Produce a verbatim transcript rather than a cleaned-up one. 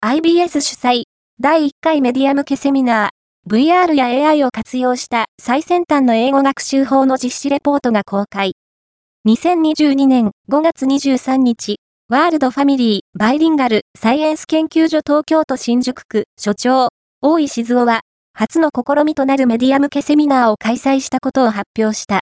アイビーエス 主催、だいいっかいメディア向けセミナー、ブイアール や エーアイ を活用した最先端の英語学習法の実施レポートが公開。にせんにじゅうにねんごがつにじゅうさんにち、ワールドファミリーバイリンガルサイエンス研究所東京都新宿区所長、大井静雄は、初の試みとなるメディア向けセミナーを開催したことを発表した。